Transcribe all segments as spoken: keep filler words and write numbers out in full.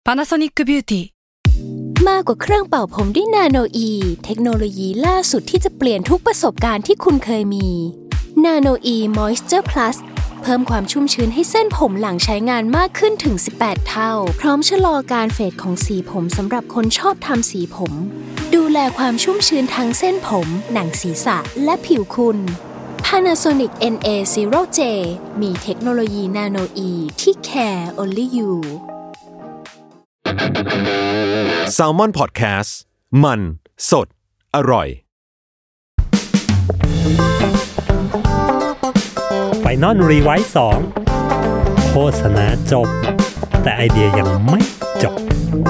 Panasonic Beauty มากกว่าเครื่องเป่าผมด้วยนาโนอีเทคโนโลยีล่าสุดที่จะเปลี่ยนทุกประสบการณ์ที่คุณเคยมีนาโนอีมอยส์เจอร์พลัสเพิ่มความชุ่มชื้นให้เส้นผมหลังใช้งานมากขึ้นถึงสิบแปดเท่าพร้อมชะลอการเฟดของสีผมสำหรับคนชอบทำสีผมดูแลความชุ่มชื้นทั้งเส้นผมหนังศีรษะและผิวคุณ Panasonic เอ็น เอ ศูนย์ เจ มีเทคโนโลยีนาโนอีที่ care only you Salmon Podcast มันสดอร่อย Final Rewind สองโฆษณาจบแต่ไอเดียยังไม่จบ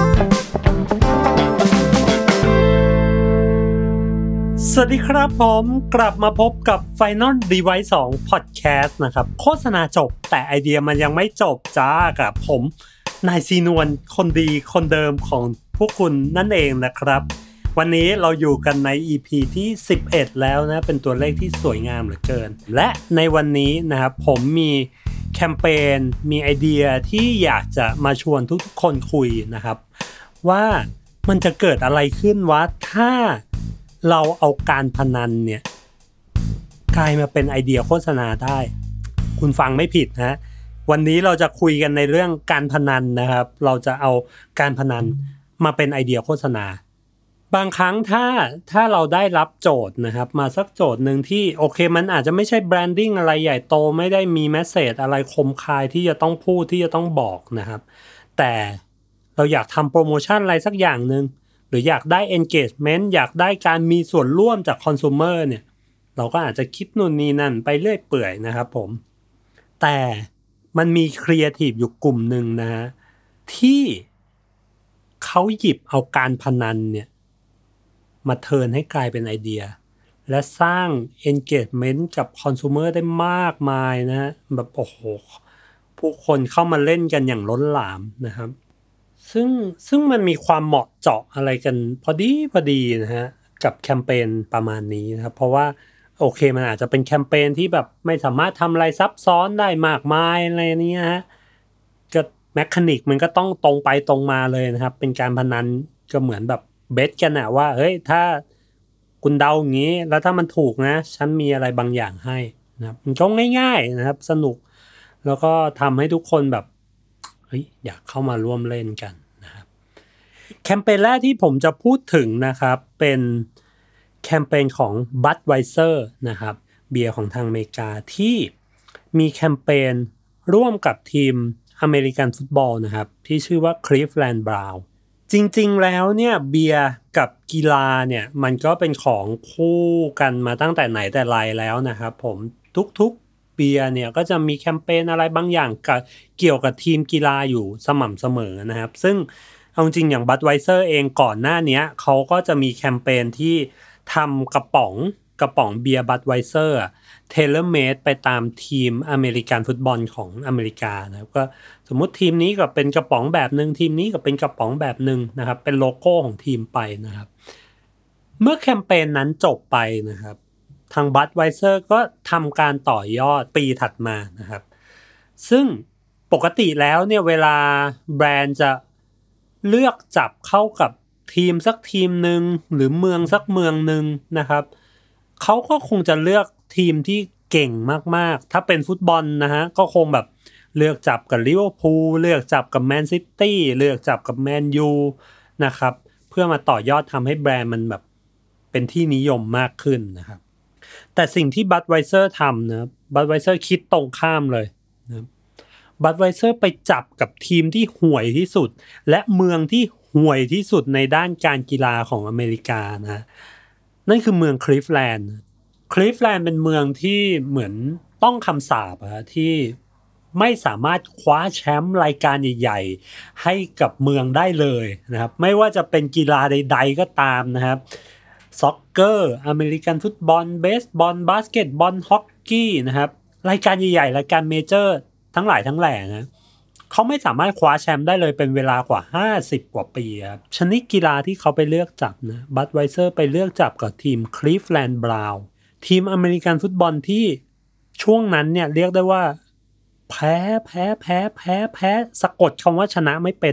สวัสดีครับผมกลับมาพบกับ Final Rewind สอง Podcast นะครับโฆษณาจบแต่ไอเดียมันยังไม่จบจ้ากับผมนายซีนวลคนดีคนเดิมของพวกคุณนั่นเองนะครับวันนี้เราอยู่กันใน อี พี ที่สิบเอ็ดแล้วนะเป็นตัวเลขที่สวยงามเหลือเกินและในวันนี้นะครับผมมีแคมเปญมีไอเดียที่อยากจะมาชวนทุกคนคุยนะครับว่ามันจะเกิดอะไรขึ้นวะถ้าเราเอาการพนันเนี่ยกลายมาเป็นไอเดียโฆษณาได้คุณฟังไม่ผิดนะวันนี้เราจะคุยกันในเรื่องการพนันนะครับเราจะเอาการพนันมาเป็นไอเดียโฆษณาบางครั้งถ้าถ้าเราได้รับโจทย์นะครับมาสักโจทย์นึงที่โอเคมันอาจจะไม่ใช่แบรนดิ้งอะไรใหญ่โตไม่ได้มีเมสเสจอะไรคมคายที่จะต้องพูดที่จะต้องบอกนะครับแต่เราอยากทำโปรโมชั่นอะไรสักอย่างนึงหรืออยากได้ engagement อยากได้การมีส่วนร่วมจากคอน sumer เนี่ยเราก็อาจจะคิดนู่นนี่นั่นไปเรื่อยเปื่อยนะครับผมแต่มันมีครีเอทีฟอยู่กลุ่มหนึ่งนะฮะที่เขาหยิบเอาการพนันเนี่ยมาเทิร์นให้กลายเป็นไอเดียและสร้าง engagement กับคอน sumer ได้มากมายนะฮะแบบโอ้โหผู้คนเข้ามาเล่นกันอย่างล้นหลามนะครับซึ่งซึ่งมันมีความเหมาะเจาะอะไรกันพอดีพอดีนะฮะกับแคมเปญประมาณนี้นะครับเพราะว่าโอเคมันอาจจะเป็นแคมเปญที่แบบไม่สามารถทำอะไรซับซ้อนได้มากมายอะไรนี้ฮะก็แมคานิกมันก็ต้องตรงไปตรงมาเลยนะครับเป็นการพนันก็เหมือนแบบเบทกันนะว่าเฮ้ยถ้าคุณเดาอย่างนี้แล้วถ้ามันถูกนะฉันมีอะไรบางอย่างให้นะครับมันก็ง่ายๆนะครับสนุกแล้วก็ทำให้ทุกคนแบบเฮ้ยอยากเข้ามาร่วมเล่นกันนะครับแคมเปญแรกที่ผมจะพูดถึงนะครับเป็นแคมเปญของ Budweiser นะครับเบียร์ของทางอเมริกาที่มีแคมเปญร่วมกับทีมอเมริกันฟุตบอลนะครับที่ชื่อว่า Cleveland Browns จริงๆแล้วเนี่ยเบียร์กับกีฬาเนี่ยมันก็เป็นของคู่กันมาตั้งแต่ไหนแต่ไรแล้วนะครับผมทุกๆเบียร์เนี่ยก็จะมีแคมเปญอะไรบางอย่างกับเกี่ยวกับทีมกีฬาอยู่สม่ำเสมอนะครับซึ่งเอาจริงอย่าง Budweiser เองก่อนหน้านี้เขาก็จะมีแคมเปญที่ทำกระป๋องกระป๋องเบียร์ Budweiser อ่ะ tailor made ไปตามทีมอเมริกันฟุตบอลของอเมริกานะครับก็สมมุติทีมนี้ก็เป็นกระป๋องแบบนึงทีมนี้ก็เป็นกระป๋องแบบนึงนะครับเป็นโลโก้ของทีมไปนะครับเมื่อแคมเปญนั้นจบไปนะครับทาง Budweiser ก็ทำการต่อยอดปีถัดมานะครับซึ่งปกติแล้วเนี่ยเวลาแบรนด์จะเลือกจับเข้ากับทีมสักทีมนึงหรือเมืองสักเมืองนึงนะครับเขาก็คงจะเลือกทีมที่เก่งมากๆถ้าเป็นฟุตบอลนะฮะก็คงแบบเลือกจับกับลิเวอร์พูลเลือกจับกับแมนซิตี้เลือกจับกับแมนยูนะครับเพื่อมาต่อยอดทำให้แบรนด์มันแบบเป็นที่นิยมมากขึ้นนะครับแต่สิ่งที่ Budweiser ทำนะ Budweiser คิดตรงข้ามเลยนะ Budweiser ไปจับกับทีมที่ห่วยที่สุดและเมืองที่ห่วยที่สุดในด้านการกีฬาของอเมริกานะนั่นคือเมืองคลีฟแลนด์คลีฟแลนด์เป็นเมืองที่เหมือนต้องคำสาปอะที่ไม่สามารถคว้าแชมป์รายการใหญ่ๆให้กับเมืองได้เลยนะครับไม่ว่าจะเป็นกีฬาใดๆก็ตามนะครับซ็อกเกอร์อเมริกันฟุตบอลเบสบอลบาสเกตบอลฮอกกี้นะครับรายการใหญ่ๆรายการเมเจอร์ทั้งหลายทั้งแหล่นะเขาไม่สามารถคว้าแชมป์ได้เลยเป็นเวลากว่าห้าสิบกว่าปีครับชนิดกีฬาที่เขาไปเลือกจับนะ Budweiser ไปเลือกจับกับทีม Cleveland Browns ทีมอเมริกันฟุตบอลที่ช่วงนั้นเนี่ยเรียกได้ว่าแพ้แพ้แพ้แพ้แพ้สะกดคำว่าชนะไม่เป็น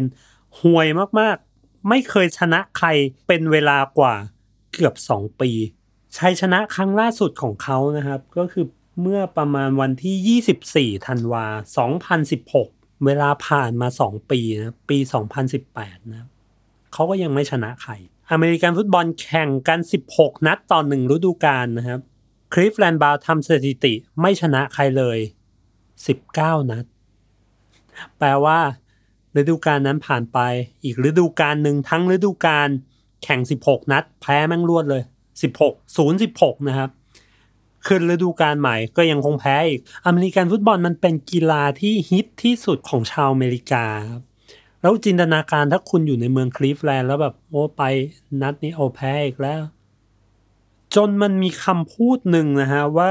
ห่วยมากๆไม่เคยชนะใครเป็นเวลากว่าเกือบสองปีชัยชนะครั้งล่าสุดของเขานะครับก็คือเมื่อประมาณวันที่ยี่สิบสี่ธันวาคมสองพันสิบหกเวลาผ่านมาสองปีนะปีสองพันสิบแปดนะเขาก็ยังไม่ชนะใครอเมริกันฟุตบอลแข่งกันสิบหกนัดต่อหนึ่งฤดูกาลนะครับคลิฟแลนด์บราวน์ทำสถิติไม่ชนะใครเลยสิบเก้านัดแปลว่าฤดูกาลนั้นผ่านไปอีกฤดูกาลนึงทั้งฤดูกาลแข่งสิบหกนัดแพ้แม่งรวดเลยสิบหก ศูนย์ สิบหกนะครับขึ้นฤดูกาลใหม่ก็ยังคงแพ้อีกอเมริกันฟุตบอลมันเป็นกีฬาที่ฮิตที่สุดของชาวอเมริกาครับแล้วจินตนาการถ้าคุณอยู่ในเมืองคลีฟแลนด์แล้วแบบโอ้ไปนัดนี้เอาแพ้อีกแล้วจนมันมีคำพูดหนึ่งนะฮะว่า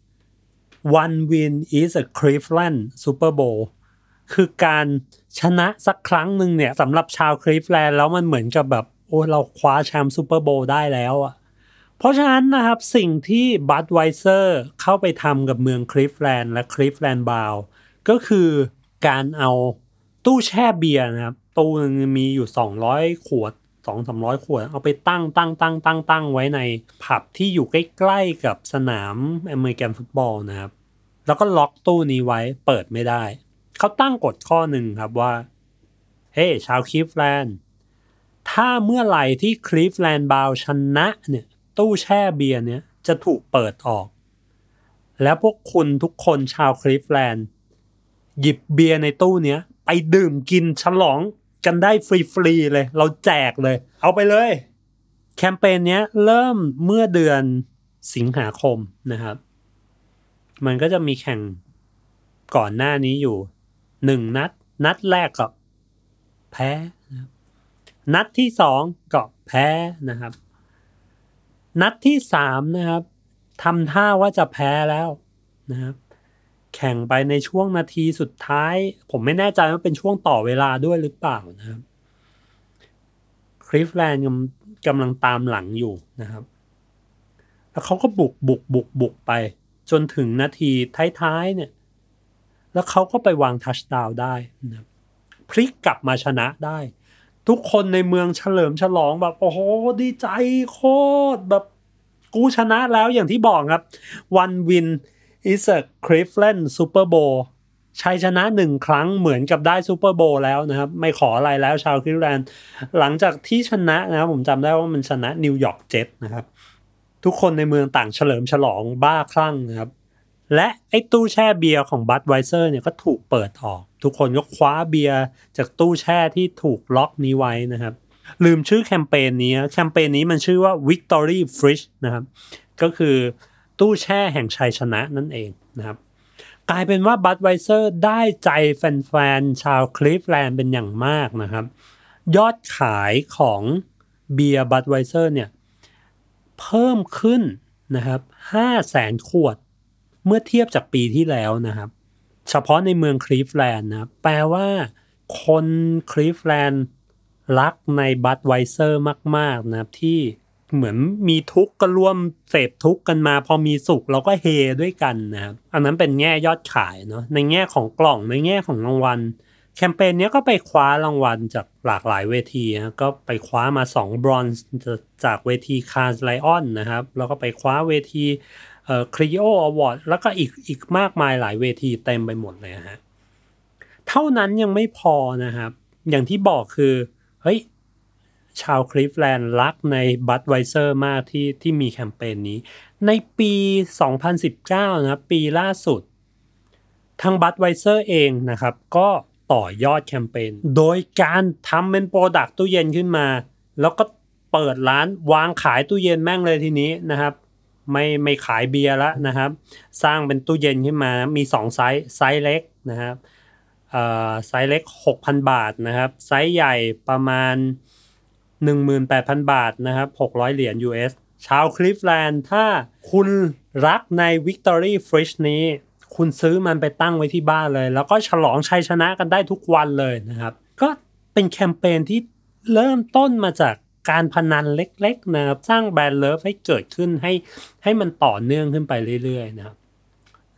one win is a Cleveland Super Bowl คือการชนะสักครั้งหนึ่งเนี่ยสำหรับชาวคลีฟแลนด์แล้วมันเหมือนกับแบบโอ้เราคว้าแชมป์ซูเปอร์โบว์ได้แล้วอ่ะเพราะฉะนั้นนะครับสิ่งที่บัดไวเซอร์เข้าไปทำกับเมืองคลีฟแลนด์และคลีฟแลนด์บราวน์ก็คือการเอาตู้แช่เบียร์นะครับตู้นึงมีอยู่สองร้อยขวด สองถึงสามร้อย ขวดเอาไปตั้งตั้งตั้งตั้งตั้งไว้ในผับที่อยู่ใกล้ๆกับสนามอเมริกันฟุตบอลนะครับแล้วก็ล็อกตู้นี้ไว้เปิดไม่ได้เขาตั้งกฎข้อหนึ่งครับว่าเฮ้ชาวคลีฟแลนด์ถ้าเมื่อไหร่ที่คลีฟแลนด์บราวน์ชนะเนี่ยตู้แช่เบียร์เนี่ยจะถูกเปิดออกแล้วพวกคุณทุกคนชาวคลีฟแลนด์หยิบเบียร์ในตู้เนี้ยไปดื่มกินฉลองกันได้ฟรีๆเลยเราแจกเลยเอาไปเลยแคมเปญเนี้ยเริ่มเมื่อเดือนสิงหาคมนะครับมันก็จะมีแข่งก่อนหน้านี้อยู่หนึ่งนัดนัดแรกก็แพ้นะครับนัดที่สองก็แพ้นะครับนัดที่สามนะครับทำท่าว่าจะแพ้แล้วนะครับแข่งไปในช่วงนาทีสุดท้ายผมไม่แน่ใจว่าเป็นช่วงต่อเวลาด้วยหรือเปล่านะครับคลีฟแลนด์กำลังตามหลังอยู่นะครับแล้วเขาก็บุกบุกบุกบุกไปจนถึงนาทีท้ายๆเนี่ยแล้วเขาก็ไปวางทัชดาวน์ได้นะครับพลิกกลับมาชนะได้ทุกคนในเมืองเฉลิมฉลองแบบโอ้โหดีใจโคตรแบบกูชนะแล้วอย่างที่บอกครับ one win is a Cleveland Super Bowl ชัยชนะหนึ่งครั้งเหมือนกับได้ซูเปอร์โบว์แล้วนะครับไม่ขออะไรแล้วชาวคลีฟแลนด์หลังจากที่ชนะนะครับผมจำได้ว่ามันชนะนิวยอร์กเจ็ตนะครับทุกคนในเมืองต่างเฉลิมฉลองบ้าคลั่งนะครับและไอ้ตู้แช่เบียร์ของบัดไวเซอร์เนี่ยก็ถูกเปิดออกทุกคนก็คว้าเบียร์จากตู้แช่ที่ถูกล็อกนี้ไว้นะครับลืมชื่อแคมเปญนี้แคมเปญนี้มันชื่อว่า Victory Fridge นะครับก็คือตู้แช่แห่งชัยชนะนั่นเองนะครับกลายเป็นว่าบัดไวเซอร์ได้ใจแฟนๆชาวคลีฟแลนด์เป็นอย่างมากนะครับยอดขายของเบียร์บัดไวเซอร์เนี่ยเพิ่มขึ้นนะครับห้าแสนขวดเมื่อเทียบจากปีที่แล้วนะครับเฉพาะในเมืองคลีฟแลนด์นะแปลว่าคนคลีฟแลนด์รักในบัดไวเซอร์มากๆนะครับที่เหมือนมีทุกข์ก็ร่วมเสพทุกข์กันมาพอมีสุขเราก็เฮด้วยกันนะครับอันนั้นเป็นแง่ยอดขายเนาะในแง่ของกล่องในแง่ของรางวัลแคมเปญนี้ก็ไปคว้ารางวัลจากหลากหลายเวทีนะก็ไปคว้ามาสองบรอนซ์จากเวทีคาร์สไลออนนะครับแล้วก็ไปคว้าเวทีเอ่อครีโออวอร์ดแล้วก็อีกอีกมากมายหลายเวทีเต็มไปหมดเลยฮะเท่านั้นยังไม่พอนะครับอย่างที่บอกคือเฮ้ยชาวคลีฟแลนด์รักในบัดไวเซอร์มากที่ที่มีแคมเปญนี้ในปีสองพันสิบเก้านะครับปีล่าสุดทางบัดไวเซอร์เองนะครับก็ต่อยอดแคมเปญโดยการทำเป็นโปรดักต์ตู้เย็นขึ้นมาแล้วก็เปิดร้านวางขายตู้เย็นแม่งเลยทีนี้นะครับไม่ไม่ขายเบียร์แล้วนะครับสร้างเป็นตู้เย็นขึ้นมามีสองไซส์ไซส์เล็กนะครับเอ่อไซส์เล็ก หกพัน บาทนะครับไซส์ใหญ่ประมาณ หนึ่งหมื่นแปดพัน บาทนะครับหกร้อยเหรียญ ยู เอส ชาวคลีฟแลนด์ถ้าคุณรักใน Victory Fridge นี้คุณซื้อมันไปตั้งไว้ที่บ้านเลยแล้วก็ฉลองชัยชนะกันได้ทุกวันเลยนะครับก็เป็นแคมเปญที่เริ่มต้นมาจากการพนันเล็กๆนะครับสร้างแบรนด์เลิฟให้เกิดขึ้นให้ให้มันต่อเนื่องขึ้นไปเรื่อยๆนะครับ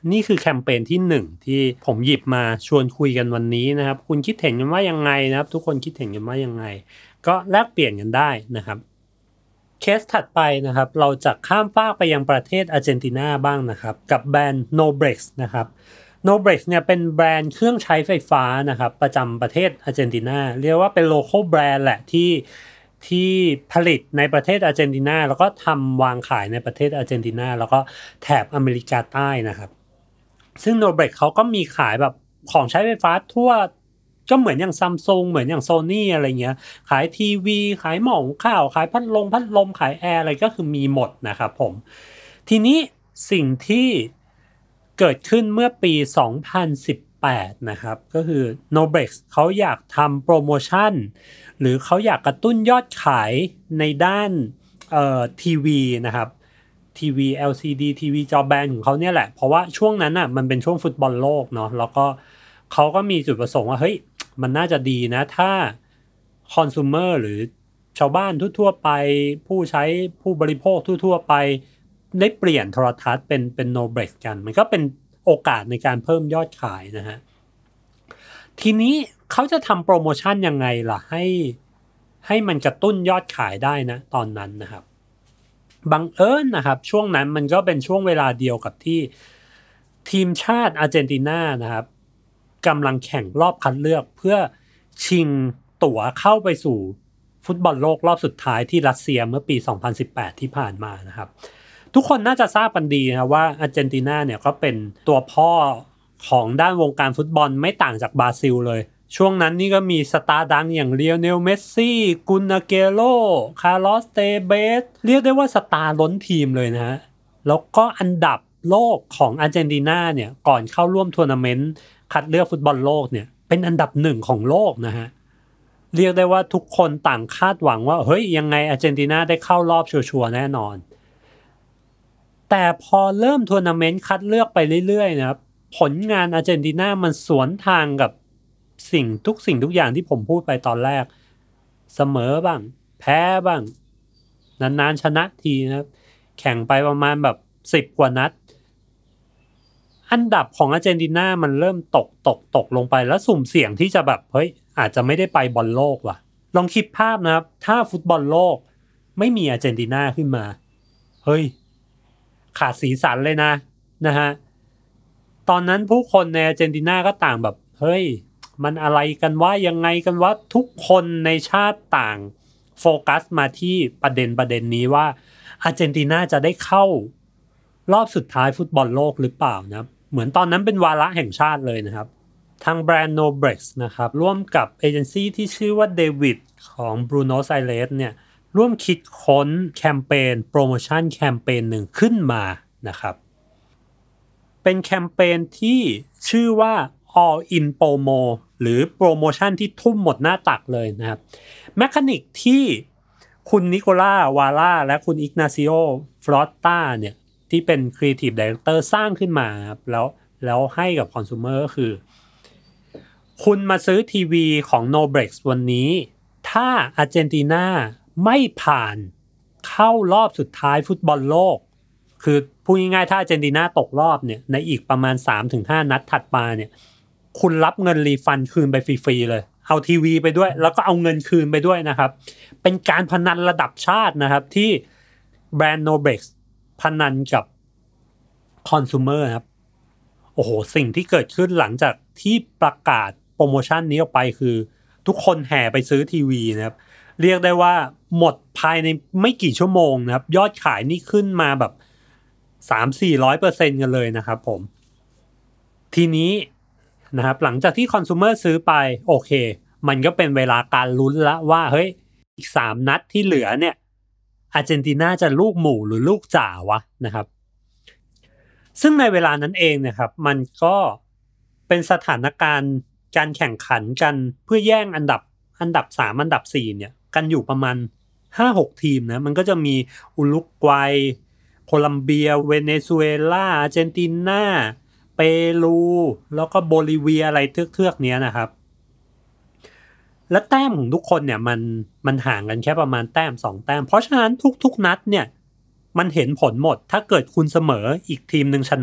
นี่คือแคมเปญที่หนึ่งที่ผมหยิบมาชวนคุยกันวันนี้นะครับคุณคิดเห็นกันว่ายังไงนะครับทุกคนคิดเห็นกันว่ายังไงก็แลกเปลี่ยนกันได้นะครับเคสถัดไปนะครับเราจะข้ามฟากไปยังประเทศอาร์เจนตินาบ้างนะครับกับแบรนด์ Nobrex นะครับ Nobrex เนี่ยเป็นแบรนด์เครื่องใช้ไฟฟ้านะครับประจำประเทศอาร์เจนตินาเรียกว่าเป็น local brand แหละที่ที่ผลิตในประเทศอาร์เจนตินาแล้วก็ทำวางขายในประเทศอาร์เจนตินาแล้วก็แถบอเมริกาใต้นะครับซึ่ง Nobrex เขาก็มีขายแบบของใช้ไฟฟ้าทั่วก็เหมือนอย่าง Samsung เหมือนอย่าง Sony อะไรเงี้ยขายทีวีขายหม้อหุงข้าวขายพัดลมพัดลมขายแอร์อะไรก็คือมีหมดนะครับผมทีนี้สิ่งที่เกิดขึ้นเมื่อปีสองพันสิบแปดนะครับก็คือ Nobrex เขาอยากทำโปรโมชั่นหรือเขาอยากกระตุ้นยอดขายในด้านเอ่อทีวีนะครับทีวี แอล ซี ดี ทีวีจอแบนของเขาเนี่ยแหละเพราะว่าช่วงนั้นน่ะมันเป็นช่วงฟุตบอลโลกเนาะแล้วก็เขาก็มีจุดประสงค์ว่าเฮ้ยมันน่าจะดีนะถ้าคอน sumer หรือชาวบ้านทั่วๆไปผู้ใช้ผู้บริโภคทั่วๆไปได้เปลี่ยนโทรทัศน์เป็นเป็น Nobrex กันมันก็เป็นโอกาสในการเพิ่มยอดขายนะฮะทีนี้เขาจะทำโปรโมชั่นยังไงล่ะให้ให้มันกระตุ้นยอดขายได้นะตอนนั้นนะครับบังเอิญนะครับช่วงนั้นมันก็เป็นช่วงเวลาเดียวกับที่ทีมชาติอาร์เจนตินานะครับกำลังแข่งรอบคัดเลือกเพื่อชิงตั๋วเข้าไปสู่ฟุตบอลโลกรอบสุดท้ายที่รัสเซียเมื่อปีสองพันสิบแปดที่ผ่านมานะครับทุกคนน่าจะทราบกันดีนะว่าอาร์เจนตินาเนี่ยก็เป็นตัวพ่อของด้านวงการฟุตบอลไม่ต่างจากบราซิลเลยช่วงนั้นนี่ก็มีสตาร์ดังอย่างลีโอเนลเมสซี่กุนอาเกโรคาร์ลอสเตเบสเรียกได้ว่าสตาร์ล้นทีมเลยนะฮะแล้วก็อันดับโลกของอาร์เจนตินาเนี่ยก่อนเข้าร่วมทัวร์นาเมนต์คัดเลือกฟุตบอลโลกเนี่ยเป็นอันดับหนึ่งของโลกนะฮะเรียกได้ว่าทุกคนต่างคาดหวังว่าเฮ้ยยังไงอาร์เจนตินาได้เข้ารอบชัวร์ๆแน่นอนแต่พอเริ่มทัวร์นาเมนต์คัดเลือกไปเรื่อยๆนะครับผลงานอาร์เจนตินามันสวนทางกับสิ่งทุกสิ่งทุกอย่างที่ผมพูดไปตอนแรกเสมอบ้างแพ้บ้างนานๆชนะทีนะครับแข่งไปประมาณแบบสิบกว่านัดอันดับของอาร์เจนตินามันเริ่มตกตกตกลงไปแล้วสุ่มเสี่ยงที่จะแบบเฮ้ยอาจจะไม่ได้ไปบอลโลกว่ะลองคิดภาพนะครับถ้าฟุตบอลโลกไม่มีอาร์เจนตินาขึ้นมาเฮ้ยขาดสีสันเลยนะนะฮะตอนนั้นผู้คนในอาร์เจนตินาก็ต่างแบบเฮ้ยมันอะไรกันวะยังไงกันวะทุกคนในชาติต่างโฟกัสมาที่ประเด็นประเด็นนี้ว่าอาร์เจนตินาจะได้เข้ารอบสุดท้ายฟุตบอลโลกหรือเปล่านะเหมือนตอนนั้นเป็นวาระแห่งชาติเลยนะครับทางแบรนด์ Nobrex นะครับร่วมกับเอเจนซี่ที่ชื่อว่า David ของ Bruno Siles เนี่ยร่วมคิดค้นแคมเปญโปรโมชั่นแคมเปญหนึ่งขึ้นมานะครับเป็นแคมเปญที่ชื่อว่า All in Promo หรือโปรโมชั่นที่ทุ่มหมดหน้าตักเลยนะครับแมคานิกที่คุณนิโคล่าวาล่าและคุณอิกนาซิโอฟลอตตาเนี่ยที่เป็น Creative Director สร้างขึ้นมาครับแล้วแล้วให้กับคอน sumer ก็คือคุณมาซื้อทีวีของ Nobrex วันนี้ถ้าอาร์เจนตินาไม่ผ่านเข้ารอบสุดท้ายฟุตบอลโลกคือพูดง่ายๆถ้าอาร์เจนตินาตกรอบเนี่ยในอีกประมาณ สามถึงห้า นัดถัดมาเนี่ยคุณรับเงินรีฟันคืนไปฟรีๆเลยเอาทีวีไปด้วยแล้วก็เอาเงินคืนไปด้วยนะครับเป็นการพนันระดับชาตินะครับที่แบรนด์ Nobrex พนันกับคอน sumer ครับโอ้โหสิ่งที่เกิดขึ้นหลังจากที่ประกาศโปรโมชั่นนี้ออกไปคือทุกคนแห่ไปซื้อทีวีนะครับเรียกได้ว่าหมดภายในไม่กี่ชั่วโมงนะครับยอดขายนี่ขึ้นมาแบบ สามถึงสี่ร้อยเปอร์เซ็นต์ กันเลยนะครับผมทีนี้นะครับหลังจากที่คอน sumer ซื้อไปโอเคมันก็เป็นเวลาการลุ้นละว่าเฮ้ยอีกสามนัดที่เหลือเนี่ยอาร์เจนตินาจะลูกหมู่หรือลูกจ่าวะนะครับซึ่งในเวลานั้นเองนะครับมันก็เป็นสถานการณ์การแข่งขันกันเพื่อแย่งอันดับอันดับสามอันดับสี่เนี่ยกันอยู่ประมาณ ห้าหก ทีมนะมันก็จะมีอุรุกวัยโคลัมเบียเวเนซุเอลาอาร์เจนตินาเปรูแล้วก็โบลิเวียอะไรเทือกๆเนี้ยนะครับและแต้มของทุกคนเนี่ยมันมันห่างกันแค่ประมาณแต้มสองแต้มเพราะฉะนั้นทุกๆนัดเนี่ยมันเห็นผลหมดถ้าเกิดคุณเสมออีกทีมนึงชนะ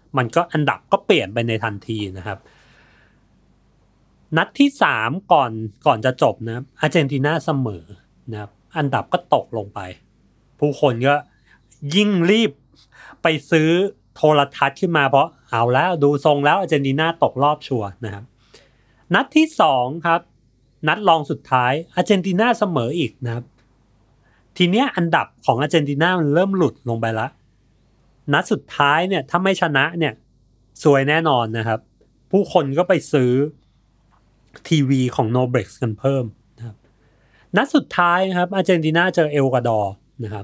มันก็อันดับก็เปลี่ยนไปในทันทีนะครับนัดที่สามก่อนก่อนจะจบนะครับอาร์เจนตินาเสมอนะครับอันดับก็ตกลงไปผู้คนก็ยิ่งรีบไปซื้อโทรทัศน์ขึ้นมาเพราะเอาแล้วดูทรงแล้วอาร์เจนตินาตกรอบชัวร์นะครับนัดที่สองครับนัดรองสุดท้ายอาร์เจนตินาเสมออีกนะครับทีเนี้ยอันดับของอาร์เจนตินามันเริ่มหลุดลงไปแล้วนัดสุดท้ายเนี่ยถ้าไม่ชนะเนี่ยซวยแน่นอนนะครับผู้คนก็ไปซื้อทีวีของ Noblex กันเพิ่มนะครับนัดสุดท้ายนะครับอาร์เจนตินาเจอเอลกวาดอร์นะครับ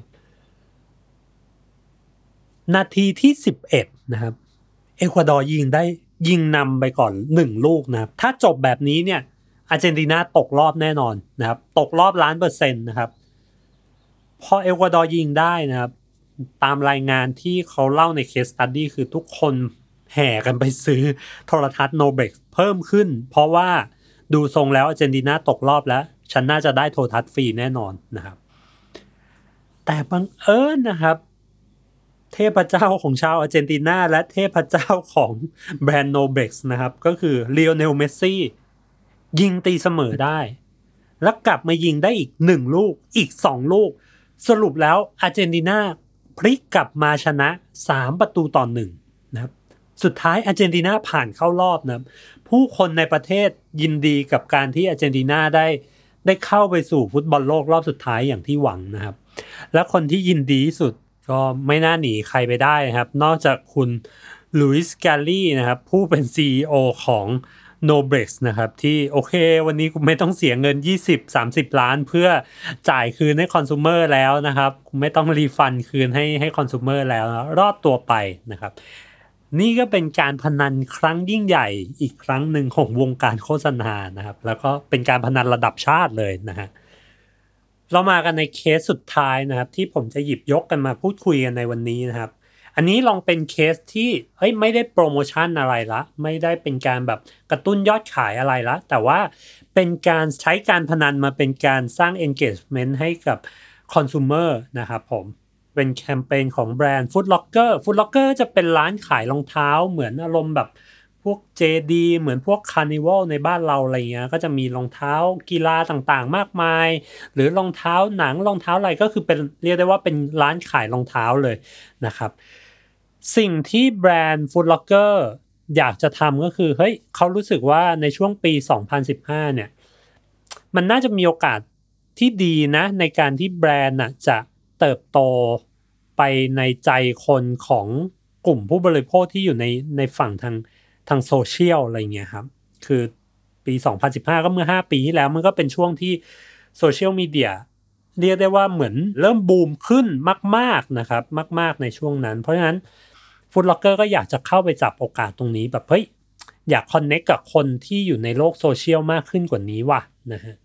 นาทีที่สิบเอ็ดนะครับเอกวาดอร์ยิงได้ยิงนำไปก่อนหนึ่งลูกนะครับถ้าจบแบบนี้เนี่ยอาร์เจนตินาตกรอบแน่นอนนะครับตกรอบล้านเปอร์เซ็นต์นะครับพอเอกวาดอร์ยิงได้นะครับตามรายงานที่เขาเล่าในเคสสตั๊ดดี้คือทุกคนแห่กันไปซื้อโทรทัศน์ Noblex เพิ่มขึ้นเพราะว่าดูทรงแล้วอาร์เจนตินาตกรอบแล้วฉันน่าจะได้โทรทัศน์ฟรีแน่นอนนะครับแต่บังเอิญนะครับเทพเจ้าของชาวอาร์เจนตินาและเทพเจ้าของแบรนด์ Noblex นะครับก็คือลีโอเนล เมสซี่ยิงตีเสมอได้แล้วกลับมายิงได้อีกหนึ่งลูกอีกสองลูกสรุปแล้วอาร์เจนตินาพลิกกลับมาชนะสามประตูต่อหนึ่งนะครับสุดท้ายอาร์เจนตินาผ่านเข้ารอบนะครับผู้คนในประเทศยินดีกับการที่อาร์เจนตินาได้ได้เข้าไปสู่ฟุตบอลโลกรอบสุดท้ายอย่างที่หวังนะครับและคนที่ยินดีที่สุดก็ไม่น่าหนีใครไปได้นะครับนอกจากคุณลุยส์แกลลี่นะครับผู้เป็น ซี อี โอ ของ Noblex นะครับที่โอเควันนี้คุณไม่ต้องเสียเงิน ยี่สิบถึงสามสิบ ล้านเพื่อจ่ายคืนให้คอน sumer แล้วนะครับคุณไม่ต้องรีฟันคืนให้ให้คอน sumer แล้วนะรอดตัวไปนะครับนี่ก็เป็นการพนันครั้งยิ่งใหญ่อีกครั้งหนึ่งของวงการโฆษณานะครับแล้วก็เป็นการพนันระดับชาติเลยนะฮะเรามากันในเคสสุดท้ายนะครับที่ผมจะหยิบยกกันมาพูดคุยกันในวันนี้นะครับอันนี้ลองเป็นเคสที่เฮ้ยไม่ได้โปรโมชั่นอะไรละไม่ได้เป็นการแบบกระตุ้นยอดขายอะไรละแต่ว่าเป็นการใช้การพนันมาเป็นการสร้าง engagement ให้กับคอน sumer นะครับผมเป็นแคมเปญของแบรนด์ Foot Locker Foot Locker จะเป็นร้านขายรองเท้าเหมือนอารมณ์แบบพวก เจ ดี เหมือนพวก Carnival ในบ้านเราอะไรเงี้ยก็จะมีรองเท้ากีฬาต่างๆมากมายหรือรองเท้าหนังรองเท้าอะไรก็คือเป็นเรียกได้ว่าเป็นร้านขายรองเท้าเลยนะครับสิ่งที่แบรนด์ Foot Locker อยากจะทำก็คือเฮ้ยเขารู้สึกว่าในช่วงปีสองพันสิบห้าเนี่ยมันน่าจะมีโอกาสที่ดีนะในการที่แบรนด์น่ะจะเติบโตไปในใจคนของกลุ่มผู้บริโภคที่อยู่ในในฝั่งทางทางโซเชียลอะไรเงี้ยครับคือปีสองพันสิบห้าก็เมื่อห้าปีที่แล้วมันก็เป็นช่วงที่โซเชียลมีเดียเรียกได้ว่าเหมือนเริ่มบูมขึ้นมากๆนะครับมากๆในช่วงนั้นเพราะฉะนั้น Foot Locker ก็อยากจะเข้าไปจับโอกาสตรงนี้แบบเฮ้ยอยากคอนเนคกับคนที่อยู่ในโลกโซเชียลมากขึ้นกว่านี้ว่ะนะฮะ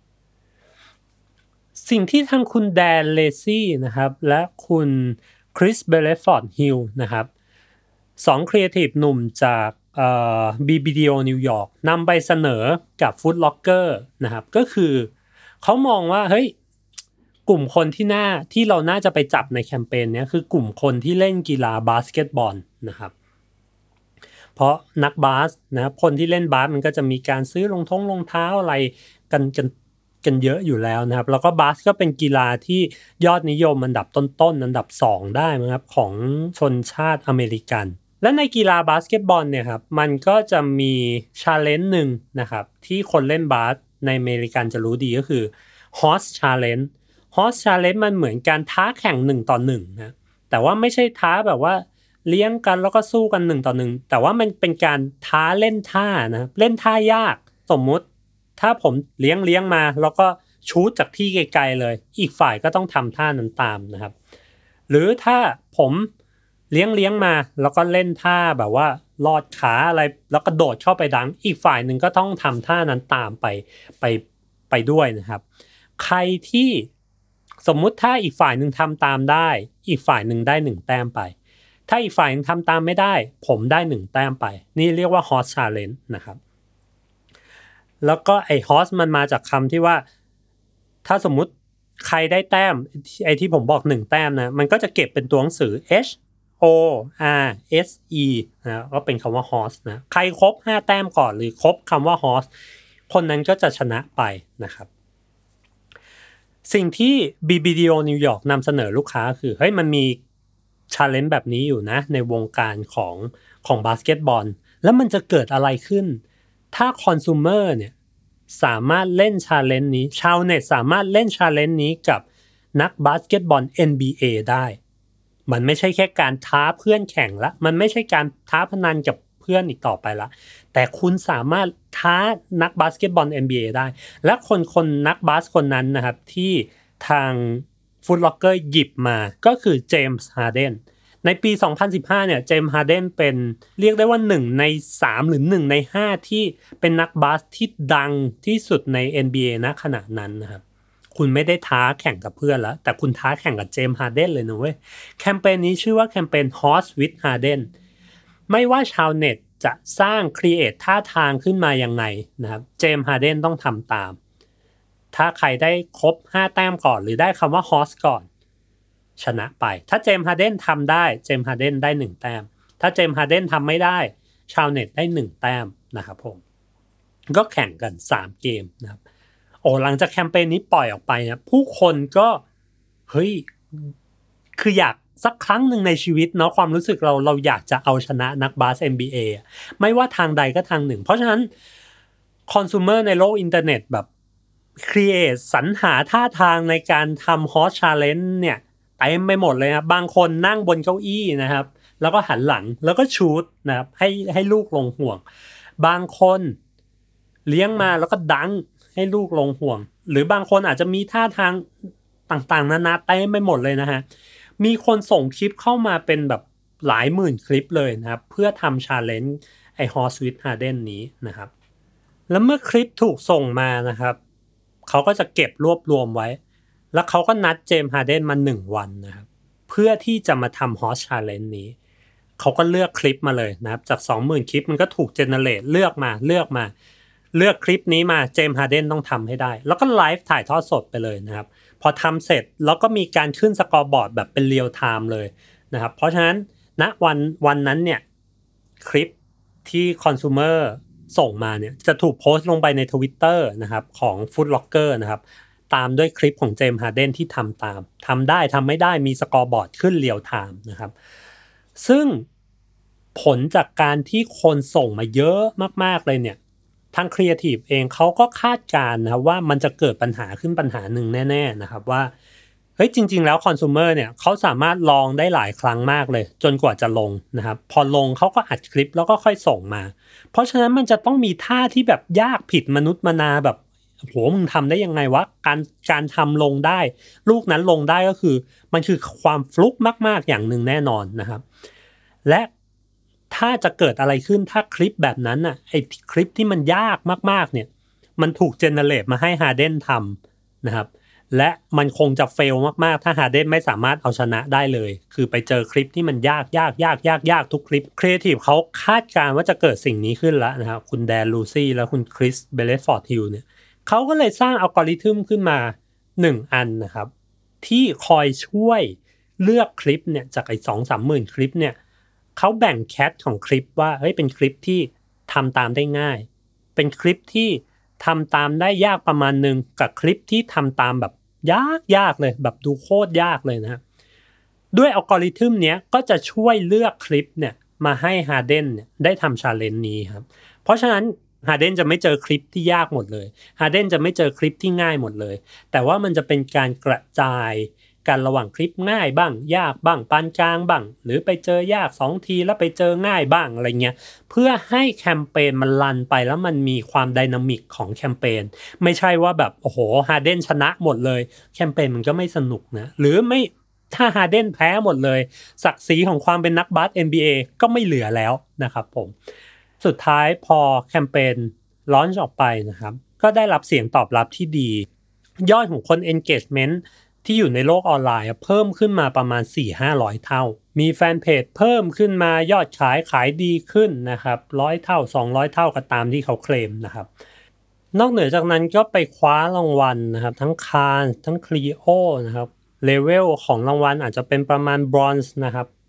สิ่งที่ทางคุณแดนเลซี่นะครับและคุณคริสเบเลฟอร์ดฮิลนะครับสองครีเอทีฟหนุ่มจากเอ่อ บี บี ดี โอ New York นำไปเสนอกับ Foot Locker นะครับก็คือเขามองว่าเฮ้ยกลุ่มคนที่น่าที่เราน่าจะไปจับในแคมเปญนี้คือกลุ่มคนที่เล่นกีฬาบาสเกตบอลนะครับเพราะนักบาสนะครับคนที่เล่นบาสมันก็จะมีการซื้อรองท้องรองเท้าอะไรกันกันกันเยอะอยู่แล้วนะครับแล้วก็บาสก็เป็นกีฬาที่ยอดนิยมอันดับต้นๆอันดับสองได้นะครับของชนชาติอเมริกันและในกีฬาบาสเกตบอลเนี่ยครับมันก็จะมี challenge หนึ่งนะครับที่คนเล่นบาสในอเมริกันจะรู้ดีก็คือ horse challenge horse challenge มันเหมือนการท้าแข่งหนึ่งต่อหนึ่งนะแต่ว่าไม่ใช่ท้าแบบว่าเลี้ยงกันแล้วก็สู้กันหนึ่งต่อหนึ่งแต่ว่ามันเป็นการท้าเล่นท่านะเล่นท่ายากสมมุติถ้าผมเลี้ยงเลี้ยงมาแล้วก็ชูตจากที่ไกลๆเลยอีกฝ่ายก็ต้องทำท่านั้นตามนะครับหรือถ้าผมเลี้ยงเลี้ยงมาแล้วก็เล่นท่าแบบว่าลอดขาอะไรแล้วก็โดดเข้าไปดังอีกฝ่ายหนึ่งก็ต้องทำท่านั้นตามไปไปไปด้วยนะครับใครที่สมมุติถ้าอีกฝ่ายหนึ่งทำตามได้อีกฝ่ายหนึ่งได้หนึ่งแต้มไปถ้าอีกฝ่ายนึงทำตามไม่ได้ผมได้หนึ่งแต้มไปนี่เรียกว่า horse challenge นะครับแล้วก็ไอ้ horse มันมาจากคำที่ว่าถ้าสมมุติใครได้แต้มไอ้ที่ผมบอกหนึ่งแต้มนะมันก็จะเก็บเป็นตัวหนังสือ H O R S E นะก็เป็นคำว่า horse นะใครครบห้าแต้มก่อนหรือครบคำว่า horse คนนั้นก็จะชนะไปนะครับสิ่งที่ บี บี ดี โอ New York นำเสนอลูกค้าคือเฮ้ยมันมี challenge แบบนี้อยู่นะในวงการของของบาสเกตบอลแล้วมันจะเกิดอะไรขึ้นถ้า consumer เนี่ยสามารถเล่น challenge นี้ชาวเน็ตสามารถเล่น challenge นี้กับนักบาสเกตบอล เอ็น บี เอ ได้มันไม่ใช่แค่การท้าเพื่อนแข่งละมันไม่ใช่การท้าพนันกับเพื่อนอีกต่อไปละแต่คุณสามารถท้านักบาสเกตบอล เอ็น บี เอ ได้และคนคนนักบาสคนนั้นนะครับที่ทาง Foot Locker หยิบมาก็คือเจมส์ฮาร์เดนในปีสองพันสิบห้าเนี่ยเจมส์ฮาร์เดนเป็นเรียกได้ว่าหนึ่งในสามหรือหนึ่งในห้าที่เป็นนักบาสที่ดังที่สุดใน เอ็น บี เอ ณขณะนั้นนะครับคุณไม่ได้ท้าแข่งกับเพื่อนแล้วแต่คุณท้าแข่งกับเจมส์ฮาร์เดนเลยนะเว้ยแคมเปญนี้ชื่อว่าแคมเปญ Horse with Harden ไม่ว่าชาวเน็ตจะสร้างครีเอทท่าทางขึ้นมายังไงนะครับเจมส์ฮาร์เดนต้องทำตามถ้าใครได้ครบห้าแต้มก่อนหรือได้คำว่า Horse ก่อนชนะไปถ้าเจมส์ฮาร์เดนทำได้เจมส์ฮาร์เดนได้หนึ่งแต้มถ้าเจมส์ฮาร์เดนทำไม่ได้ชาวเน็ตได้หนึ่งแต้มนะครับผมก็แข่งกันสามเกมนะครับโอ้หลังจากแคมเปญนี้ปล่อยออกไปนะผู้คนก็เฮ้ยคืออยากสักครั้งหนึ่งในชีวิตเนาะความรู้สึกเราเราอยากจะเอาชนะนักบาส เอ็น บี เอ ไม่ว่าทางใดก็ทางหนึ่งเพราะฉะนั้นคอน sumer ในโลกอินเทอร์เน็ตแบบครีเอทสรรหาท่าทางในการทำ Horse Challenge เนี่ยเต็มไปหมดเลยครับบางคนนั่งบนเก้าอี้นะครับแล้วก็หันหลังแล้วก็ชูตนะครับให้ให้ลูกลงห่วงบางคนเลี้ยงมาแล้วก็ดังให้ลูกลงห่วงหรือบางคนอาจจะมีท่าทางต่างๆนานาเต็มไปหมดเลยนะฮะมีคนส่งคลิปเข้ามาเป็นแบบหลายหมื่นคลิปเลยนะครับเพื่อทำ challenge ไอ้ Horse with Harden นี้นะครับแล้วเมื่อคลิปถูกส่งมานะครับเขาก็จะเก็บรวบรวมไว้แล้วเขาก็นัดเจมส์ฮาร์เดนมาหนึ่งวันนะครับเพื่อที่จะมาทำ Horse Challenge นี้เขาก็เลือกคลิปมาเลยนะครับจาก สองหมื่น คลิปมันก็ถูกเจเนเรตเลือกมาเลือกมาเลือกคลิปนี้มาเจมส์ฮาร์เดนต้องทำให้ได้แล้วก็ไลฟ์ถ่ายทอดสดไปเลยนะครับพอทำเสร็จแล้วก็มีการขึ้นสกอร์บอร์ดแบบเป็นเรียลไทม์เลยนะครับเพราะฉะนั้นณวันวันนั้นเนี่ยคลิปที่คอน sumer ส่งมาเนี่ยจะถูกโพสต์ลงไปใน Twitter นะครับของ Foot Locker นะครับตามด้วยคลิปของเจมส์ฮาร์เดนที่ทำตามทำได้ทำไม่ได้มีสกอร์บอร์ดขึ้นเรียลไทม์นะครับซึ่งผลจากการที่คนส่งมาเยอะมากๆเลยเนี่ยทางครีเอทีฟเองเขาก็คาดการณ์นะครับว่ามันจะเกิดปัญหาขึ้นปัญหาหนึ่งแน่ๆนะครับว่าเฮ้ยจริงๆแล้วคอน sumer เนี่ยเขาสามารถลองได้หลายครั้งมากเลยจนกว่าจะลงนะครับพอลงเขาก็อัดคลิปแล้วก็ค่อยส่งมาเพราะฉะนั้นมันจะต้องมีท่าที่แบบยากผิดมนุษย์มนาแบบโหมึงทำได้ยังไงวะการการทำลงได้ลูกนั้นลงได้ก็คือมันคือความฟลุกมากๆอย่างหนึ่งแน่นอนนะครับและถ้าจะเกิดอะไรขึ้นถ้าคลิปแบบนั้นน่ะไอ้คลิปที่มันยากมากๆเนี่ยมันถูกเจเนเรตมาให้ฮาร์เดนทำนะครับและมันคงจะเฟลมากๆถ้าฮาร์เดนไม่สามารถเอาชนะได้เลยคือไปเจอคลิปที่มันยากยากยากยากยากทุกคลิปครีเอทีฟเขาคาดการณ์ว่าจะเกิดสิ่งนี้ขึ้นแล้วนะครับคุณแดนลูซี่และคุณคริสเบเลฟอร์ดฮิลเนี่ยเขาก็เลยสร้างอัลกอริทึมขึ้นมาหนึ่งอันนะครับที่คอยช่วยเลือกคลิปเนี่ยจากไอ้ สองถึงสามหมื่น คลิปเนี่ยเขาแบ่งแคทของคลิปว่าเฮ้ยเป็นคลิปที่ทำตามได้ง่ายเป็นคลิปที่ทำตามได้ยากประมาณนึงกับคลิปที่ทำตามแบบยากยากเลยแบบดูโคตรยากเลยนะด้วยอัลกอริทึมเนี้ยก็จะช่วยเลือกคลิปเนี่ยมาให้ฮาร์เดนเนี่ยได้ทำ challenge นี้ครับเพราะฉะนั้นฮาร์เดนจะไม่เจอคลิปที่ยากหมดเลยฮาร์เดนจะไม่เจอคลิปที่ง่ายหมดเลยแต่ว่ามันจะเป็นการกระจายการระหว่างคลิปง่ายบ้างยากบ้างปานกลางบ้างหรือไปเจอยากสองทีแล้วไปเจอง่ายบ้างอะไรเงี้ยเพื่อให้แคมเปญมันรันไปแล้วมันมีความไดนามิกของแคมเปญไม่ใช่ว่าแบบโอ้โหฮาร์เดนชนะหมดเลยแคมเปญมันก็ไม่สนุกนะหรือไม่ถ้าฮาร์เดนแพ้หมดเลยศักดิ์ศรีของความเป็นนักบาส เอ็น บี เอ ก็ไม่เหลือแล้วนะครับผมสุดท้ายพอแคมเปญลอนช์ออกไปนะครับก็ได้รับเสียงตอบรับที่ดียอดของคน engagement ที่อยู่ในโลกออนไลน์เพิ่มขึ้นมาประมาณ สี่ถึงห้าร้อย เท่ามีแฟนเพจเพิ่มขึ้นมายอดขายขายดีขึ้นนะครับหนึ่งร้อยเท่าสองร้อยเท่าก็ตามที่เขาเคลมนะครับนอกเหนือจากนั้นก็ไปคว้ารางวัลนะครับทั้งคานทั้งคลีโอนะครับเลเวลของรางวัลอาจจะเป็นประมาณบรอนซ์นะครับ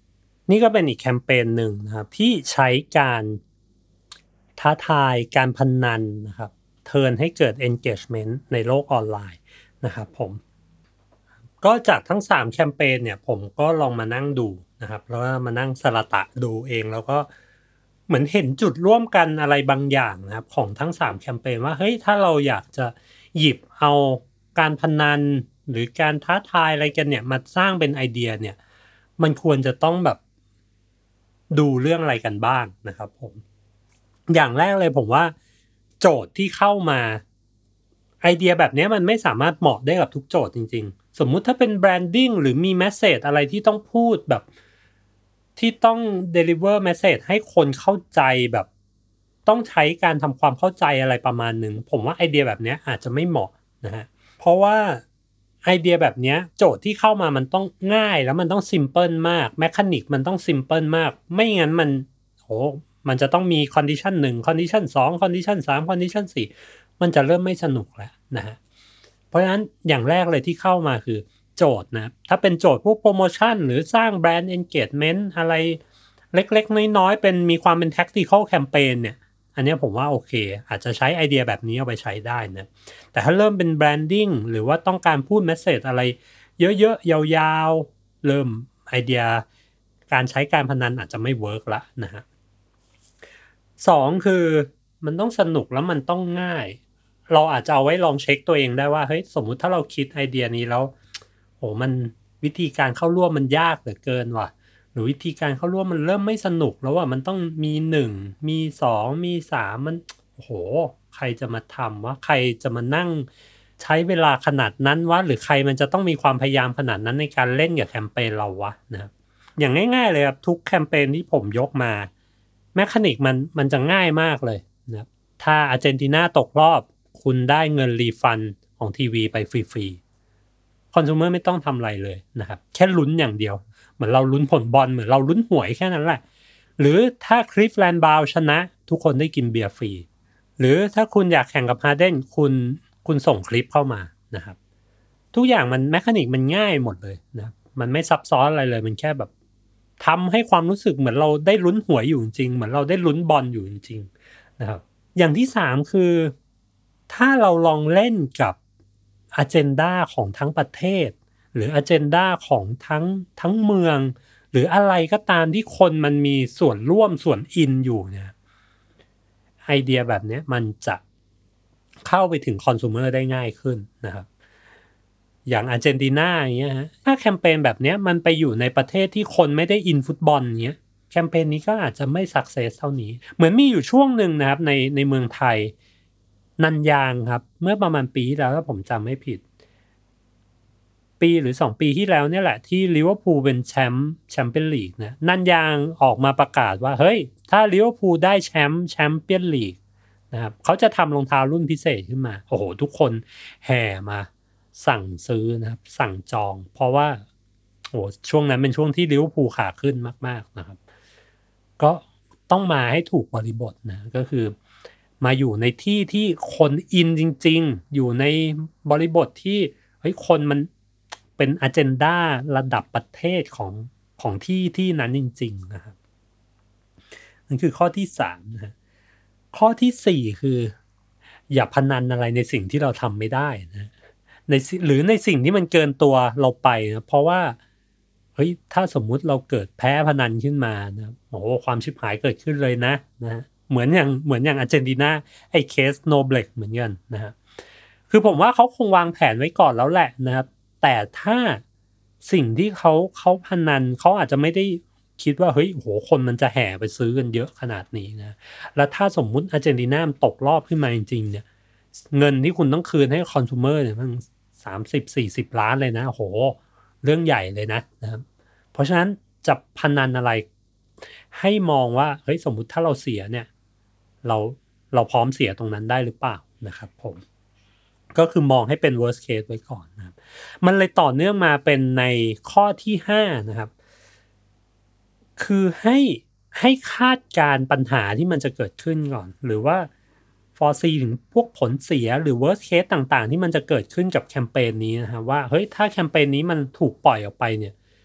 นี่ก็เป็นอีกแคมเปญหนึ่งนะครับที่ใช้การท้าทายการพนันนะครับเทิร์นให้เกิด engagement ในโลกออนไลน์นะครับผมก็จากทั้งสามแคมเปญเนี่ยผมก็ลองมานั่งดูนะครับแล้วก็มานั่งสระตะดูเองแล้วก็เหมือนเห็นจุดร่วมกันอะไรบางอย่างนะครับของทั้งสามแคมเปญว่าเฮ้ยถ้าเราอยากจะหยิบเอาการพนันหรือการท้าทายอะไรกันเนี่ยมาสร้างเป็นไอเดียเนี่ยมันควรจะต้องแบบดูเรื่องอะไรกันบ้างนะครับผมอย่างแรกเลยผมว่าโจทย์ที่เข้ามาไอเดียแบบนี้มันไม่สามารถเหมาะได้กับทุกโจทย์จริงๆสมมุติถ้าเป็นแบรนดิ้งหรือมีเมสเสจอะไรที่ต้องพูดแบบที่ต้อง deliver message ให้คนเข้าใจแบบต้องใช้การทำความเข้าใจอะไรประมาณหนึ่งผมว่าไอเดียแบบนี้อาจจะไม่เหมาะนะฮะเพราะว่าไอเดียแบบนี้โจทย์ที่เข้ามามันต้องง่ายแล้วมันต้อง simple มากแมคานิกมันต้อง simple มากไม่งั้นมันโหมันจะต้องมี condition หนึ่ง condition สอง condition สาม condition สี่มันจะเริ่มไม่สนุกแล้วนะฮะเพราะฉะนั้นอย่างแรกเลยที่เข้ามาคือโจทย์นะถ้าเป็นโจทย์พวกโปรโมชั่นหรือสร้างแบรนด์ engagement อะไรเล็กๆน้อยๆเป็นมีความเป็น tactical campaign เนี่ยอันนี้ผมว่าโอเคอาจจะใช้ไอเดียแบบนี้เอาไปใช้ได้นะแต่ถ้าเริ่มเป็น branding หรือว่าต้องการพูด message อะไรเยอะๆยาวๆเริ่มไอเดียการใช้การพนันอาจจะไม่เวิร์กละนะฮะสองคือมันต้องสนุกแล้วมันต้องง่ายเราอาจจะเอาไว้ลองเช็คตัวเองได้ว่าเฮ้ยสมมุติถ้าเราคิดไอเดียนี้แล้วโหมันวิธีการเข้าร่วมมันยากเหลือเกินว่ะหรือวิธีการเข้าร่วมมันเริ่มไม่สนุกแล้วว่ามันต้องมีหนึ่งมีสองมีสามมันโหใครจะมาทำวะใครจะมานั่งใช้เวลาขนาดนั้นวะหรือใครมันจะต้องมีความพยายามขนาดนั้นในการเล่นกับแคมเปญเราวะนะครับอย่างง่ายๆเลยครับทุกแคมเปญที่ผมยกมาแมคานิกมันมันจะง่ายมากเลยนะครับถ้าอาร์เจนตินาตกรอบคุณได้เงินรีฟันของทีวีไปฟรีๆคอน sumer ไม่ต้องทำอะไรเลยนะครับแค่ลุ้นอย่างเดียวเหมือนเราลุ้นผลบอลเหมือนเราลุ้นหวยแค่นั้นแหละหรือถ้าคลิฟแลนด์บราวน์ชนะทุกคนได้กินเบียร์ฟรีหรือถ้าคุณอยากแข่งกับฮาร์เดนคุณคุณส่งคลิปเข้ามานะครับทุกอย่างมันแมคานิกมันง่ายหมดเลยนะมันไม่ซับซ้อนอะไรเลยมันแค่แบบทำให้ความรู้สึกเหมือนเราได้ลุ้นหวยอยู่จริงเหมือนเราได้ลุ้นบอลอยู่จริงๆนะครับอย่างที่สามคือถ้าเราลองเล่นกับอเจนดาของทั้งประเทศหรืออเจนดาของทั้งทั้งเมืองหรืออะไรก็ตามที่คนมันมีส่วนร่วมส่วนอินอยู่เนี่ยไอเดียแบบนี้มันจะเข้าไปถึงคอน sumer ได้ง่ายขึ้นนะครับอย่างอาร์เจนตินาอย่างเงี้ยฮะถ้าแคมเปญแบบนี้มันไปอยู่ในประเทศที่คนไม่ได้อินฟุตบอลเงี้ยแคมเปญนี้ก็อาจจะไม่สักเซสเท่านี้เหมือนมีอยู่ช่วงหนึ่งนะครับในในเมืองไทยนันยางครับเมื่อประมาณปีที่แล้วถ้าผมจำไม่ผิดปีหรือสองปีที่แล้วเนี่ยแหละที่ลิเวอร์พูลเป็นแชมป์แชมเปี้ยนลีกนะนันยางออกมาประกาศว่าเฮ้ยถ้าลิเวอร์พูลได้แชมป์แชมเปี้ยนลีกนะครับเขาจะทำรองเท้ารุ่นพิเศษขึ้นมาโอ้โหทุกคนแห่มาสั่งซื้อนะครับสั่งจองเพราะว่าโอ้ช่วงนั้นเป็นช่วงที่ลิเวอร์พูลขาขึ้นมากๆนะครับก็ต้องมาให้ถูกบริบทนะก็คือมาอยู่ในที่ที่คนอินจริงๆอยู่ในบริบทที่เฮ้ยคนมันเป็นอเจนดาระดับประเทศของของที่ที่นั้นจริงๆนะครับนั่นคือข้อที่สามนะข้อที่สี่คืออย่าพนันอะไรในสิ่งที่เราทำไม่ได้นะในหรือในสิ่งที่มันเกินตัวเราไปนะเพราะว่าเฮ้ยถ้าสมมุติเราเกิดแพ้พนันขึ้นมานะโอ้โหความชิบหายเกิดขึ้นเลยนะนะเหมือนอย่างเหมือนอย่างอาร์เจนตินาไอ้เคสโนเบล็กเหมือนกันนะฮะคือผมว่าเขาคงวางแผนไว้ก่อนแล้วแหละนะครับแต่ถ้าสิ่งที่เขาเขาพนันเขาอาจจะไม่ได้คิดว่าเฮ้ยโหคนมันจะแห่ไปซื้อกันเยอะขนาดนี้นะแล้วถ้าสมมุติอาร์เจนตินาตกรอบขึ้นมาจริงๆเนี่ยเงินที่คุณต้องคืนให้คอน sumer เนี่ยมันสามสิบ สี่สิบล้านเลยนะโหเรื่องใหญ่เลยนะนะครับเพราะฉะนั้นจะพนันอะไรให้มองว่าเฮ้ยสมมุติถ้าเราเสียเนี่ยเราเราพร้อมเสียตรงนั้นได้หรือเปล่านะครับผมก็คือมองให้เป็น worst case ไว้ก่อนนะครับมันเลยต่อเนื่องมาเป็นในข้อที่ห้านะครับคือให้ให้คาดการปัญหาที่มันจะเกิดขึ้นก่อนหรือว่า foresee ถึงพวกผลเสียหรือ worst case ต่างๆที่มันจะเกิดขึ้นกับแคมเปญนี้นะครับว่าเฮ้ยถ้าแคมเปญนี้มันถูกปล่อยออกไปเนี่ย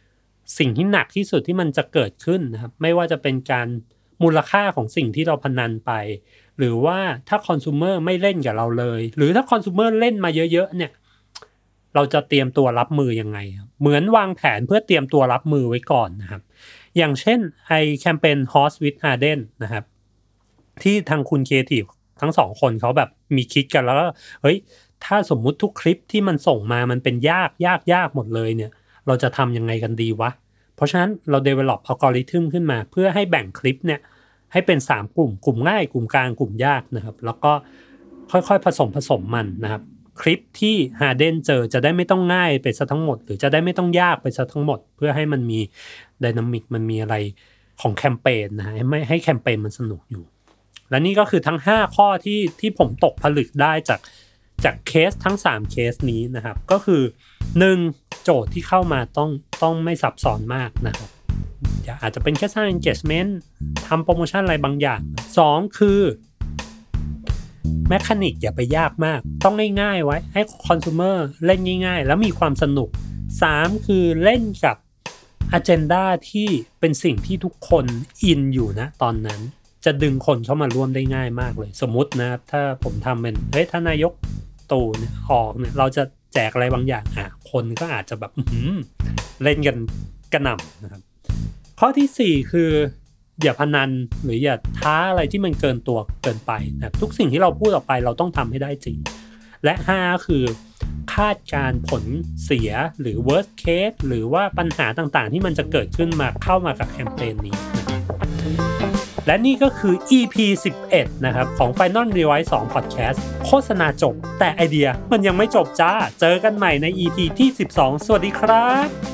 สิ่งที่หนักที่สุดที่มันจะเกิดขึ้นนะครับไม่ว่าจะเป็นการมูลค่าของสิ่งที่เราพนันไปหรือว่าถ้าคอน sumer ไม่เล่นกับเราเลยหรือถ้าคอน sumer เล่นมาเยอะๆเนี่ยเราจะเตรียมตัวรับมือยังไงครับเหมือนวางแผนเพื่อเตรียมตัวรับมือไว้ก่อนนะครับอย่างเช่นไอแคมเปญ Horse with Harden นะครับที่ทางคุณครีเอทีฟทั้งสองคนเขาแบบมีคิดกันแล้วเฮ้ยถ้าสมมุติทุกคลิปที่มันส่งมามันเป็นยากยากยากหมดเลยเนี่ยเราจะทำยังไงกันดีวะเพราะฉะนั้นเรา develop algorithm ขึ้นมาเพื่อให้แบ่งคลิปเนี่ยให้เป็นสามกลุ่มกลุ่มง่ายกลุ่มกลางกลุ่มยากนะครับแล้วก็ค่อยๆผสมผสมมันนะครับคลิปที่ Harden เจอจะได้ไม่ต้องง่ายไปซะทั้งหมดหรือจะได้ไม่ต้องยากไปซะทั้งหมดเพื่อให้มันมี dynamic มันมีอะไรของแคมเปญนะให้ไม่ให้แคมเปญมันสนุกอยู่และนี่ก็คือทั้งห้าข้อที่ที่ผมตกผลึกได้จากจากเคสทั้งสามเคสนี้นะครับก็คือหนึ่งโจทย์ที่เข้ามาต้องต้องไม่ซับซ้อนมากนะครับอาจจะเป็นแค่สร้าง engagement ทำโปรโมชั่นอะไรบางอย่างสองคือแมคานิกอย่าไปยากมากต้องง่ายๆไว้ให้คอน sumer เล่นง่ายๆแล้วมีความสนุกสามคือเล่นกับ agenda ที่เป็นสิ่งที่ทุกคนอินอยู่นะตอนนั้นจะดึงคนเข้ามาร่วมได้ง่ายมากเลยสมมุตินะครับถ้าผมทำเป็นเฮ้ยถ้านายกตู่เนี่ยออกเนี่ยเราจะแจกอะไรบางอย่างอ่ะคนก็อาจจะแบบเล่นกันกระหน่ำนะครับข้อที่สี่คืออย่าพนันหรืออย่าท้าอะไรที่มันเกินตัวเกินไปนะทุกสิ่งที่เราพูดออกไปเราต้องทำให้ได้จริงและห้าคือคาดการผลเสียหรือ worst case หรือว่าปัญหาต่างๆที่มันจะเกิดขึ้นมาเข้ามากับแคมเปญนี้นะและนี่ก็คือ อี พี สิบเอ็ดนะครับของ Final Rewrite สอง Podcast โฆษณาจบแต่ไอเดียมันยังไม่จบจ้าเจอกันใหม่ใน อี พี ที่สิบสองสวัสดีครับ